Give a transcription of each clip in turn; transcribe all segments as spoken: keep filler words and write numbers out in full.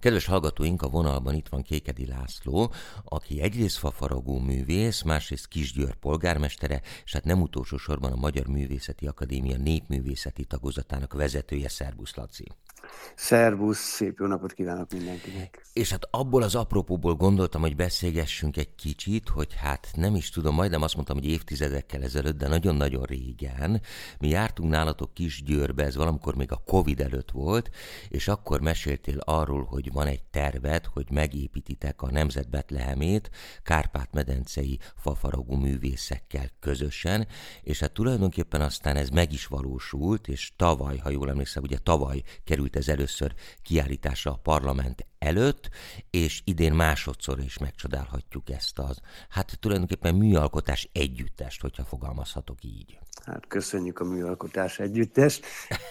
Kedves hallgatóink, a vonalban itt van Kékedi László, aki egyrészt fafaragó művész, másrészt Kisgyőr polgármestere, és hát nem utolsó sorban a Magyar Művészeti Akadémia népművészeti tagozatának vezetője. Szerbusz, Laci! Szervusz, szép jó napot kívánok mindenkinek! És hát abból az apropóból gondoltam, hogy beszélgessünk egy kicsit, hogy hát nem is tudom, majdnem azt mondtam, hogy évtizedekkel ezelőtt, de nagyon-nagyon régen. Mi jártunk nálatok Kisgyőrbe, ez valamikor még a Covid előtt volt, és akkor meséltél arról, hogy van egy terved, hogy megépítitek a Nemzet Betlehemét kárpát-medencei fafaragó művészekkel közösen, és hát tulajdonképpen aztán ez meg is valósult, és tavaly, ha jól emlékszem, ugye tavaly került ez először kiállításra a parlament előtt, és idén másodszor is megcsodálhatjuk ezt az, hát tulajdonképpen műalkotás együttest, hogyha fogalmazhatok így. Hát köszönjük a műalkotás együttest.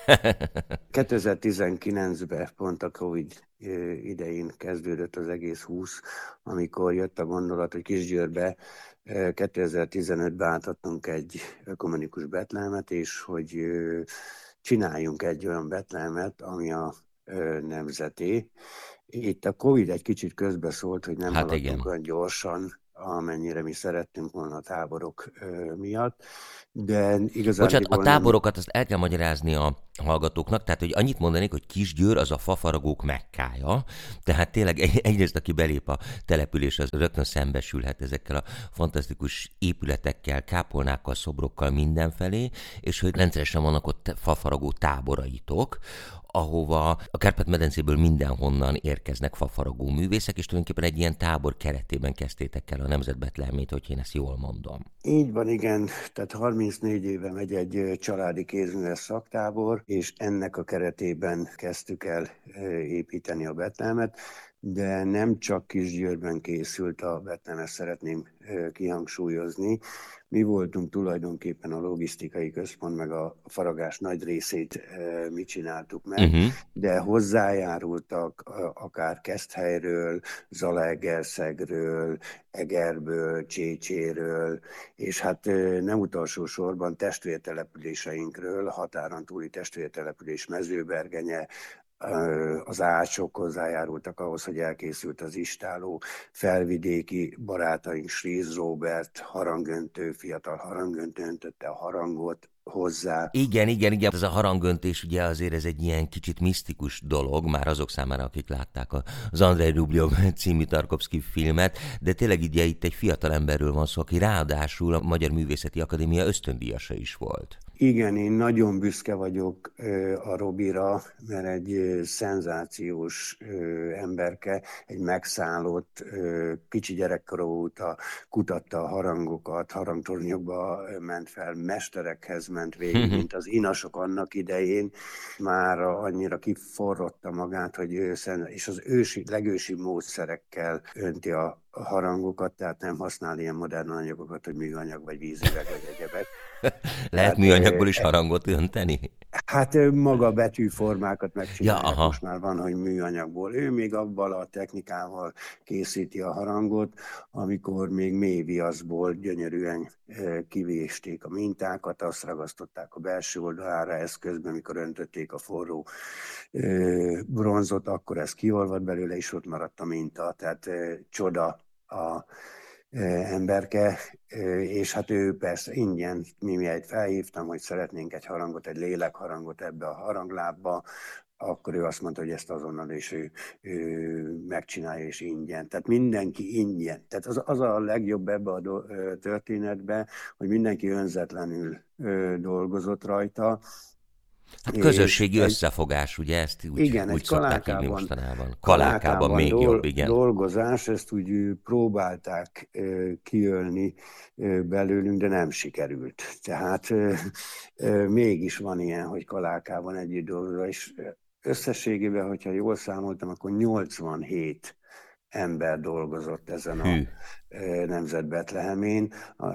kétezer-tizenkilencben pont a Covid idején kezdődött az egész húsz, amikor jött a gondolat, hogy Kisgyőrbe kétezer-tizenötben átadtunk egy ökumenikus betlehemet, és hogy csináljunk egy olyan betlehemet, ami a nemzeté. Itt a Covid egy kicsit közbeszólt, hogy nem hát haladtunk olyan gyorsan, amennyire mi szerettünk volna a táborok miatt, de igazán... Bocsánat, a táborokat azt el kell magyarázni a hallgatóknak, tehát hogy annyit mondanék, hogy Kisgyőr az a fafaragók Mekkája, tehát tényleg egyrészt, aki belép a településre, az rögtön szembesülhet ezekkel a fantasztikus épületekkel, kápolnákkal, szobrokkal mindenfelé, és hogy rendszeresen vannak ott fafaragó táboraitok, ahova a Kárpát-medencéből mindenhonnan érkeznek fafaragó művészek, és tulajdonképpen egy ilyen tábor keretében kezdtétek el a Nemzet Betlehemét, hogy én ezt jól mondom. Így van, igen. Tehát harmincnégy éve megy egy családi kézműves szaktábor, és ennek a keretében kezdtük el építeni a Betlehemet, de nem csak Kisgyőrben készült a Betlehem, ezt szeretném kihangsúlyozni. Mi voltunk tulajdonképpen a logisztikai központ, meg a faragás nagy részét mi csináltuk meg, uh-huh. de hozzájárultak akár Keszthelyről, Zalaegerszegről, Egerből, Csécséről, és hát nem utolsó sorban testvértelepüléseinkről, határon túli testvértelepülés Mezőbergenye, az ácsok hozzájárultak ahhoz, hogy elkészült az istáló, felvidéki barátaink, Sríz Róbert, harangöntő, fiatal harangöntő öntötte a harangot hozzá. Igen, igen, igen, ez a harangöntés ugye azért ez egy ilyen kicsit misztikus dolog, már azok számára, akik látták az Andrei Rublev című Tarkovszky filmet, de tényleg ugye itt egy fiatal emberről van szó, aki ráadásul a Magyar Művészeti Akadémia ösztöndíjasa is volt. Igen, én nagyon büszke vagyok a Robira, mert egy szenzációs emberke, egy megszállott, kicsi gyerekkora óta kutatta a harangokat, harangtornyokba ment fel, mesterekhez ment végig, mint az inasok annak idején, már annyira kiforrotta magát, hogy ő szen, és az ősi, legősi módszerekkel önti a harangokat, tehát nem használ ilyen modern anyagokat, hogy műanyag, vagy vízüveg, vagy egyebek. Lehet hát, műanyagból is harangot önteni? Hát maga betűformákat megcsinálják, ja, most már van, hogy műanyagból. Ő még abban a technikával készíti a harangot, amikor még mélyviaszból gyönyörűen kivésték a mintákat, azt ragasztották a belső oldalára, eszközben, mikor öntötték a forró bronzot, akkor ez kiolvad belőle, és ott maradt a minta. Tehát csoda a emberke, és hát ő persze ingyen, mimijeit felhívtam, hogy szeretnénk egy harangot, egy lélekharangot ebbe a haranglábba, akkor ő azt mondta, hogy ezt azonnal is ő, ő megcsinálja, és ingyen. Tehát mindenki ingyen. Tehát az, az a legjobb ebbe a do, történetbe, hogy mindenki önzetlenül dolgozott rajta. Hát közösségi és összefogás, ugye ezt úgy, igen, úgy szokták hívni mostanában. Kalákában, kalákában még dol- jobb, igen. dolgozás, ezt úgy próbálták kiölni belőlünk, de nem sikerült. Tehát mégis van ilyen, hogy Kalákában együtt dolgozva, és összességében, hogyha jól számoltam, akkor nyolcvanhét ember dolgozott ezen a Hű. Nemzet Betlehemén,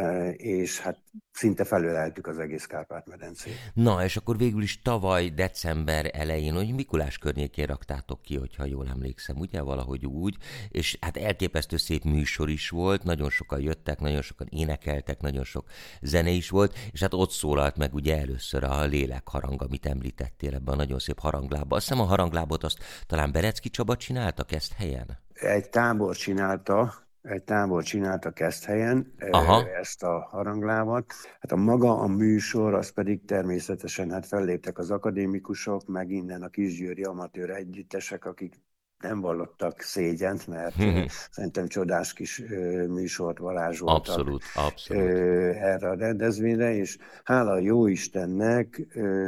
és hát szinte felöleltük az egész Kárpát-medencét. Na, és akkor végül is tavaly december elején, hogy Mikulás környékén raktátok ki, hogyha jól emlékszem, ugye, valahogy úgy, és hát elképesztő szép műsor is volt, nagyon sokan jöttek, nagyon sokan énekeltek, nagyon sok zene is volt, és hát ott szólalt meg ugye először a lélekharang, amit említettél ebben a nagyon szép haranglábban. Azt hiszem a haranglábot azt talán Berecki Csaba csinálta Keszthelyen? Egy tábor csinálta, egy tábor csinálta Keszthelyen Aha. ezt a haranglábat. Hát a maga a műsor, az pedig természetesen hát felléptek az akadémikusok, meg innen a kisgyőri amatőr együttesek, akik nem vallottak szégyent, mert szerintem csodás kis műsort varázsoltak abszolút, abszolút. erre a rendezvényre, és hála jó Istennek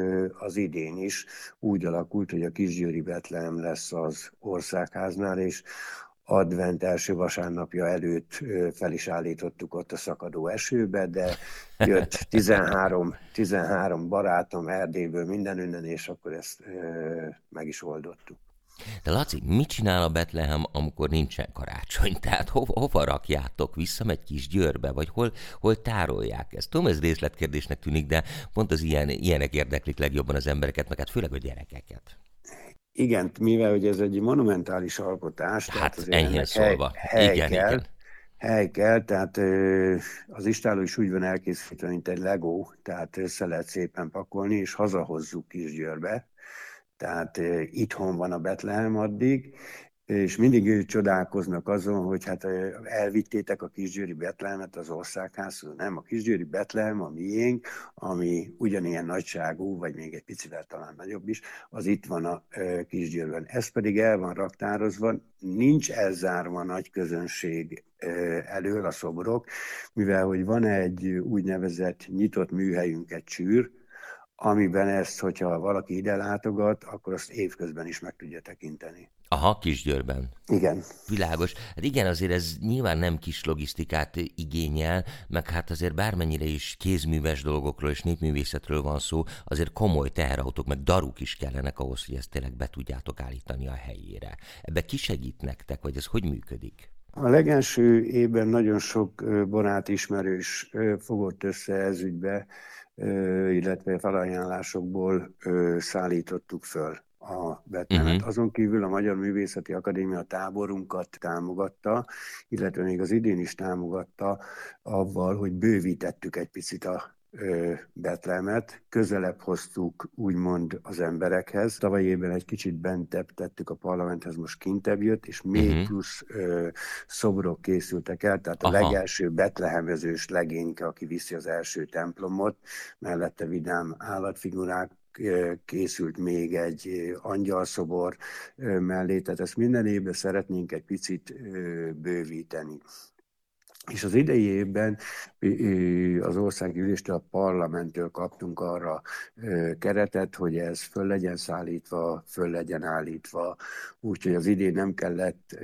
az idén is úgy alakult, hogy a kisgyőri Betlehem lesz az országháznál, és advent első vasárnapja előtt fel is állítottuk ott a szakadó esőbe, de jött tizenhárom, tizenhárom barátom Erdélyből mindenünnen, és akkor ezt meg is oldottuk. De Laci, mit csinál a Betlehem, amikor nincsen karácsony? Tehát hova, hova rakjátok? Visszamegy Kisgyőrbe? Vagy hol, hol tárolják ezt? Tudom, ez részletkérdésnek tűnik, de pont az ilyen, ilyenek érdeklik legjobban az embereket, meg hát főleg a gyerekeket. Igen, mivel hogy ez egy monumentális alkotás, hát tehát enyhén szólva. Hely, hely igen, kell, igen. Hely kell, tehát az istálló is úgy van elkészítve, mint egy Lego, tehát össze lehet szépen pakolni, és hazahozzuk Kisgyőrbe. Tehát itthon van a Betlehem addig, és mindig ők csodálkoznak azon, hogy hát elvittétek a kisgyőri Betlehemet az országházhoz. Nem, a kisgyőri Betlehem a miénk, ami ugyanilyen nagyságú, vagy még egy picivel talán nagyobb is, az itt van a Kisgyőrben. Ez pedig el van raktározva, nincs elzárva a nagy közönség elől a szobrok, mivel hogy van egy úgynevezett nyitott műhelyünk, egy csűr, amiben ezt, hogyha valaki ide látogat, akkor azt évközben is meg tudja tekinteni. Aha, Kisgyőrben. Igen. Világos. Hát igen, azért ez nyilván nem kis logisztikát igényel, meg hát azért bármennyire is kézműves dolgokról és népművészetről van szó, azért komoly teherautók, meg daruk is kellenek ahhoz, hogy ezt tényleg be tudjátok állítani a helyére. Ebbe ki segít nektek, vagy ez hogy működik? A legelső évben nagyon sok barát ismerős fogott össze ez ügybe, illetve felajánlásokból szállítottuk föl a Betlehemet. Uh-huh. Azon kívül a Magyar Művészeti Akadémia táborunkat támogatta, illetve még az idén is támogatta avval, hogy bővítettük egy picit a Betlehemet, közelebb hoztuk úgymond az emberekhez. Tavaly évben egy kicsit bentebb tettük a parlamenthez, most kintebb jött, és még uh-huh. plusz ö, szobrok készültek el, tehát Aha. a legelső betlehemezős legényke, aki viszi az első templomot, mellette vidám állatfigurák, készült még egy angyalszobor mellé, tehát ezt minden évben szeretnénk egy picit bővíteni. És az idei évben az országgyűléstől, a parlamenttől kaptunk arra keretet, hogy ez föl legyen szállítva, föl legyen állítva, úgyhogy az idén nem kellett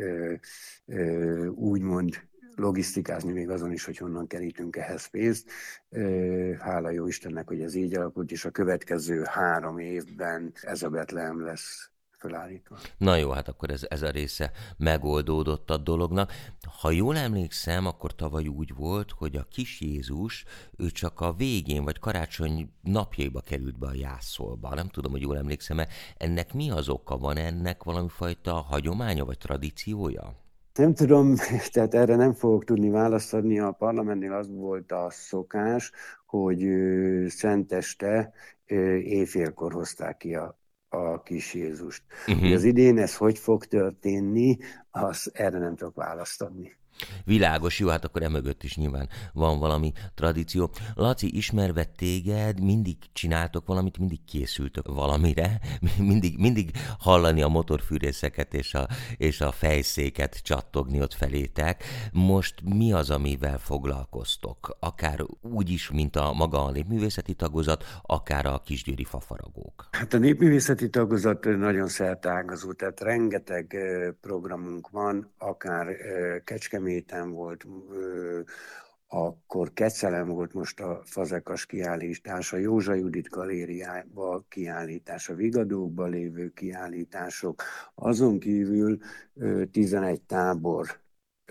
úgymond logisztikázni még azon is, hogy honnan kerítünk ehhez pénzt. Hála jó Istennek, hogy ez így alakult, és a következő három évben ez a Betlehem lesz felállítva. Na jó, hát akkor ez, ez a része megoldódott a dolognak. Ha jól emlékszem, akkor tavaly úgy volt, hogy a kis Jézus, ő csak a végén, vagy karácsony napjaiba került be a jászolba. Nem tudom, hogy jól emlékszem-e. Ennek mi az oka? Van ennek valami fajta hagyománya, vagy tradíciója? Nem tudom, tehát erre nem fogok tudni választ adni. A parlamentnél az volt a szokás, hogy szenteste éjfélkor hozták ki a a kis Jézust. Uh-huh. Az idén ez hogy fog történni, az erre nem tudok választ adni. Világos, jó, hát akkor emögött is nyilván van valami tradíció. Laci, ismerve téged, mindig csináltok valamit, mindig készültök valamire, mindig, mindig hallani a motorfűrészeket és a, és a fejszéket csattogni ott felétek. Most mi az, amivel foglalkoztok? Akár úgy is, mint a maga a népművészeti tagozat, akár a kisgyőri fafaragók. Hát a népművészeti tagozat nagyon szerteágazó, tehát rengeteg programunk van, akár Kecskeméten volt, akkor Kecelen volt most a Fazekas kiállítás, a Józsa Judit galériába kiállítás, a Vigadókban lévő kiállítások, azon kívül tizenegy tábor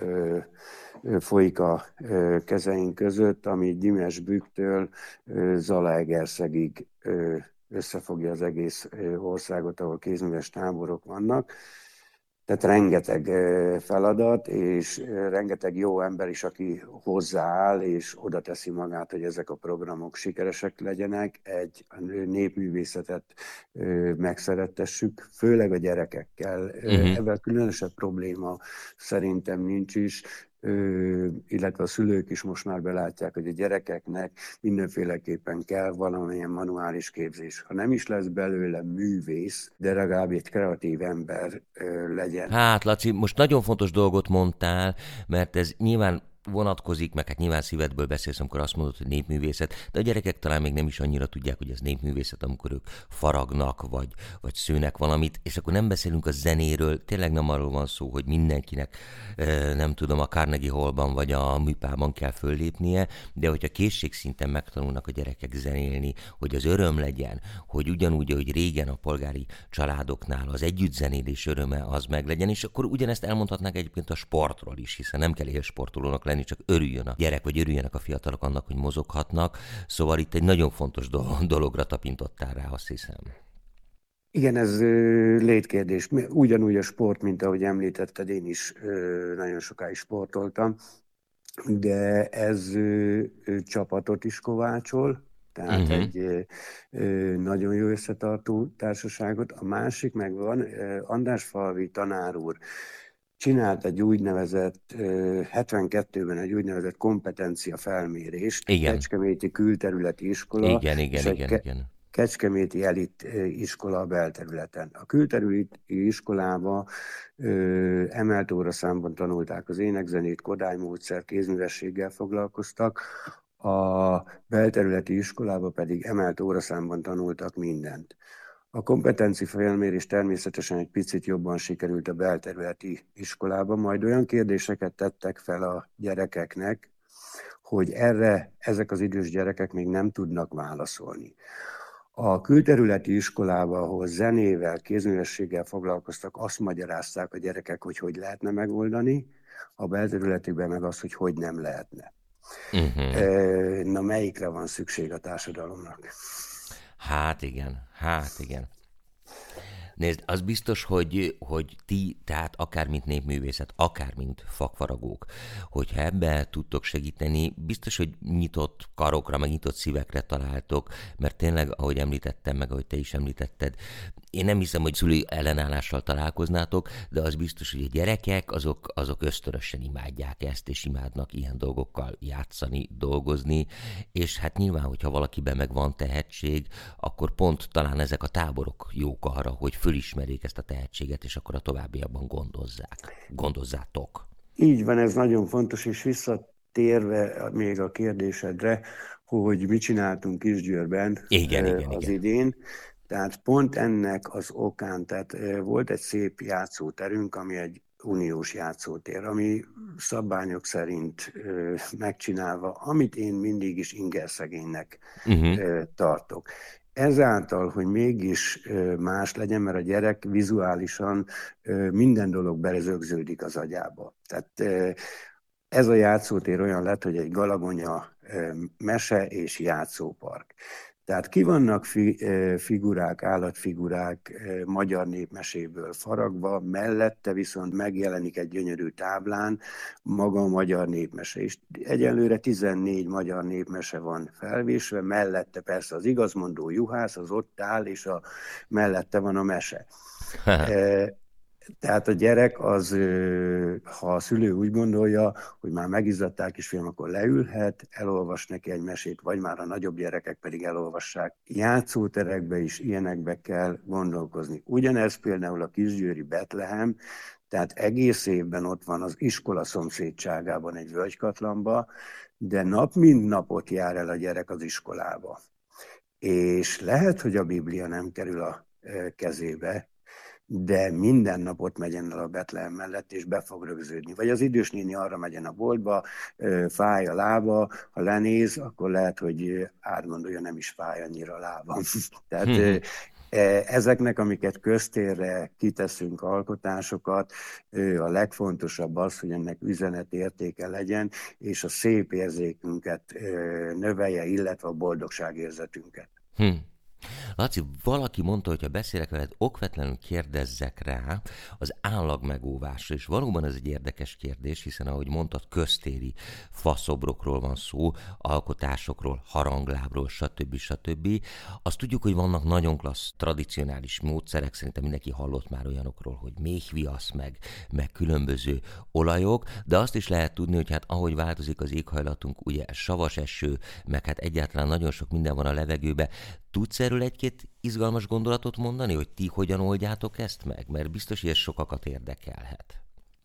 folyik a kezeink között, ami Dimes-Bükkhtől Zalaegerszegig összefogja az egész országot, ahol kézműves táborok vannak. Tehát rengeteg feladat, és rengeteg jó ember is, aki hozzááll, és oda teszi magát, hogy ezek a programok sikeresek legyenek. Egy népművészetet megszerettessük, főleg a gyerekekkel. Uh-huh. Ebben különösebb probléma szerintem nincs is, illetve a szülők is most már belátják, hogy a gyerekeknek mindenféleképpen kell valamilyen manuális képzés. Ha nem is lesz belőle művész, de legalább egy kreatív ember legyen. Hát, Laci, most nagyon fontos dolgot mondtál, mert ez nyilván vonatkozik, meg hát nyilván szívedből beszélsz, amikor azt mondod, hogy népművészet, de a gyerekek talán még nem is annyira tudják, hogy ez népművészet, amikor ők faragnak, vagy, vagy szőnek valamit, és akkor nem beszélünk a zenéről, tényleg nem arról van szó, hogy mindenkinek, nem tudom, a Carnegie Hallban vagy a műpában kell föllépnie, de hogyha készségszinten megtanulnak a gyerekek zenélni, hogy az öröm legyen, hogy ugyanúgy, ahogy régen a polgári családoknál az együttzenélés öröme az meglegyen, és akkor ugyanezt elmondhatnák egyébként a sportról is, hiszen nem kell élsportolónak lenni, csak örüljön a gyerek, vagy örüljenek a fiatalok annak, hogy mozoghatnak. Szóval itt egy nagyon fontos dologra tapintottál rá, azt hiszem. Igen, ez létkérdés. Ugyanúgy a sport, mint ahogy említetted, én is nagyon sokáig sportoltam, de ez csapatot is kovácsol, tehát uh-huh. egy nagyon jó összetartó társaságot. A másik megvan, Andrásfalvi tanár úr csinált egy úgynevezett, hetvenkettőben egy úgynevezett kompetencia felmérést, igen. Kecskeméti külterületi iskola, igen, igen, igen, ke- igen. Kecskeméti elit iskola a belterületen. A külterületi iskolába ö, emelt óraszámban tanulták az énekzenét, kodálymódszer, kézművességgel foglalkoztak, a belterületi iskolába pedig emelt óraszámban tanultak mindent. A kompetenci felmérés természetesen egy picit jobban sikerült a belterületi iskolában, majd olyan kérdéseket tettek fel a gyerekeknek, hogy erre ezek az idős gyerekek még nem tudnak válaszolni. A külterületi iskolában, ahol zenével, kézművességgel foglalkoztak, azt magyarázták a gyerekek, hogy hogy lehetne megoldani, a belterületiben meg az, hogy hogy nem lehetne. Uh-huh. Na, melyikre van szükség a társadalomnak? Hát igen, hát igen. Nézd, az biztos, hogy, hogy ti, tehát akár mint népművészet, akár mint fakfaragók, hogyha ebbe tudtok segíteni, biztos, hogy nyitott karokra, meg nyitott szívekre találtok, mert tényleg, ahogy említettem, meg ahogy te is említetted, én nem hiszem, hogy szülői ellenállással találkoznátok, de az biztos, hogy a gyerekek azok, azok ösztönösen imádják ezt, és imádnak ilyen dolgokkal játszani, dolgozni, és hát nyilván, hogyha valakiben meg van tehetség, akkor pont talán ezek a táborok jók arra, hogy fölismerjék ezt a tehetséget, és akkor a továbbiakban gondozzák. Gondozzátok. Így van, ez nagyon fontos, és visszatérve még a kérdésedre, hogy mit csináltunk Kisgyőrben igen, az igen, igen. idén. Tehát pont ennek az okán, tehát volt egy szép játszóterünk, ami egy uniós játszótér, ami szabványok szerint megcsinálva, amit én mindig is ingerszegénynek uh-huh. tartok. Ezáltal, hogy mégis más legyen, mert a gyerek vizuálisan minden dolog berezögződik az agyába. Tehát ez a játszótér olyan lett, hogy egy Galagonya mese és játszópark. Tehát ki vannak fi, figurák, állatfigurák magyar népmeséből faragva, mellette viszont megjelenik egy gyönyörű táblán maga a magyar népmese. És egyelőre tizennégy magyar népmese van felvésve, mellette persze az igazmondó juhász, az ott áll, és a, mellette van a mese. Tehát a gyerek az, ha a szülő úgy gondolja, hogy már megizzadták kisfiam, akkor leülhet, elolvas neki egy mesét, vagy már a nagyobb gyerekek pedig elolvassák. Játszóterekbe is ilyenekbe kell gondolkozni. Ugyanez például a kisgyőri Betlehem, tehát egész évben ott van az iskola szomszédságában egy völgykatlanba, de nap mint napot jár el a gyerek az iskolába. És lehet, hogy a Biblia nem kerül a kezébe, de minden nap ott megyen el a Betlehem mellett, és be fog rögződni. Vagy az idős néni arra megyen a boltba, fáj a lába, ha lenéz, akkor lehet, hogy átgondolja, nem is fáj annyira a lába. Tehát ezeknek, amiket köztérre kiteszünk alkotásokat, a legfontosabb az, hogy ennek üzenetértéke legyen, és a szép érzékünket növelje, illetve a boldogságérzetünket. Hm. Laci, valaki mondta, hogy ha beszélek veled, okvetlenül kérdezzek rá az állagmegóvásra, és valóban ez egy érdekes kérdés, hiszen ahogy mondtad, köztéri faszobrokról van szó, alkotásokról, haranglábról, stb. stb. Azt tudjuk, hogy vannak nagyon klassz, tradicionális módszerek, szerintem mindenki hallott már olyanokról, hogy méhviasz, meg, meg különböző olajok, de azt is lehet tudni, hogy hát ahogy változik az éghajlatunk, ugye savas eső, meg hát egyáltalán nagyon sok minden van a levegőbe. Tudsz erről egy-két izgalmas gondolatot mondani, hogy ti hogyan oldjátok ezt meg? Mert biztos, hogy ez sokakat érdekelhet.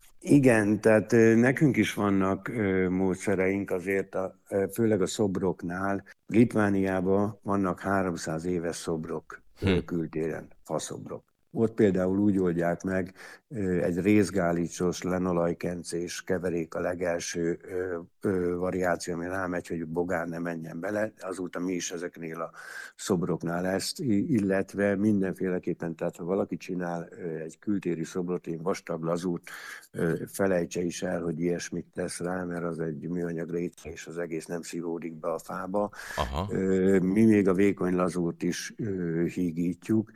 Igen, tehát nekünk is vannak módszereink azért, a, főleg a szobroknál. Litvániában vannak háromszáz éves szobrok hm. kültéren, faszobrok. Ott például úgy oldják meg, egy részgálicsos, lenolajkencés keverék a legelső ö, ö, variáció, ami rámegy, hogy bogár ne menjen bele. Azóta mi is ezeknél a szobroknál ezt, illetve mindenféleképpen, tehát ha valaki csinál egy kültéri szobrot, én vastag lazút, felejtse is el, hogy ilyesmit tesz rá, mert az egy műanyag réteg, és az egész nem szívódik be a fába. Aha. Mi még a vékony lazút is hígítjuk,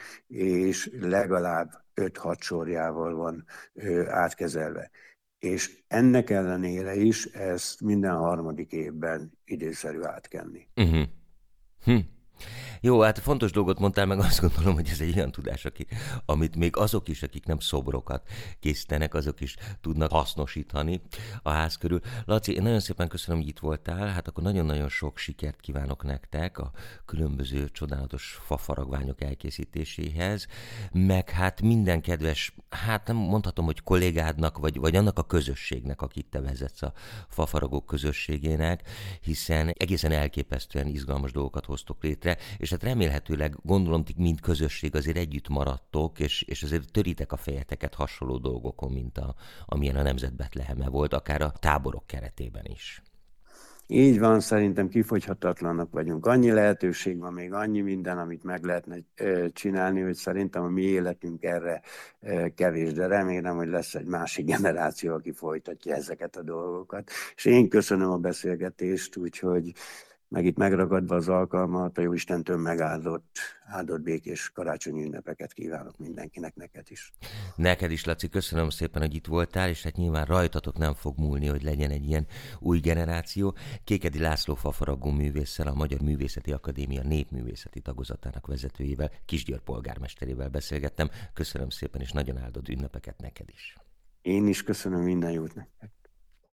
és legalább öt-hat sorjával van ö, átkezelve. És ennek ellenére is ezt minden harmadik évben időszerű átkenni. Uh-huh. Hm. Jó, hát fontos dolgot mondtál, meg azt gondolom, hogy ez egy olyan tudás, aki, amit még azok is, akik nem szobrokat készítenek, azok is tudnak hasznosítani a ház körül. Laci, én nagyon szépen köszönöm, hogy itt voltál, hát akkor nagyon-nagyon sok sikert kívánok nektek a különböző csodálatos fafaragványok elkészítéséhez, meg hát minden kedves, hát nem mondhatom, hogy kollégádnak, vagy, vagy annak a közösségnek, akit te vezetsz a fafaragók közösségének, hiszen egészen elképesztően izgalmas dolgokat hoztok létre, és hát remélhetőleg, gondolom, ti mind közösség azért együtt maradtok, és, és azért töritek a fejeteket hasonló dolgokon, mint a, amilyen a Nemzet Betleheme volt, akár a táborok keretében is. Így van, szerintem kifogyhatatlanak vagyunk. Annyi lehetőség van, még annyi minden, amit meg lehetne csinálni, hogy szerintem a mi életünk erre kevés, de remélem, hogy lesz egy másik generáció, aki folytatja ezeket a dolgokat. És én köszönöm a beszélgetést, úgyhogy meg itt megragadva az alkalmat, a Jóistentől megáldott, áldott békés karácsonyi ünnepeket kívánok mindenkinek, neked is. Neked is, Laci, köszönöm szépen, hogy itt voltál, és hát nyilván rajtatok nem fog múlni, hogy legyen egy ilyen új generáció. Kékedi László fafaragó művésszel, a Magyar Művészeti Akadémia népművészeti tagozatának vezetőjével, Kisgyőr polgármesterével beszélgettem. Köszönöm szépen, és nagyon áldott ünnepeket neked is. Én is köszönöm, minden jót nektek.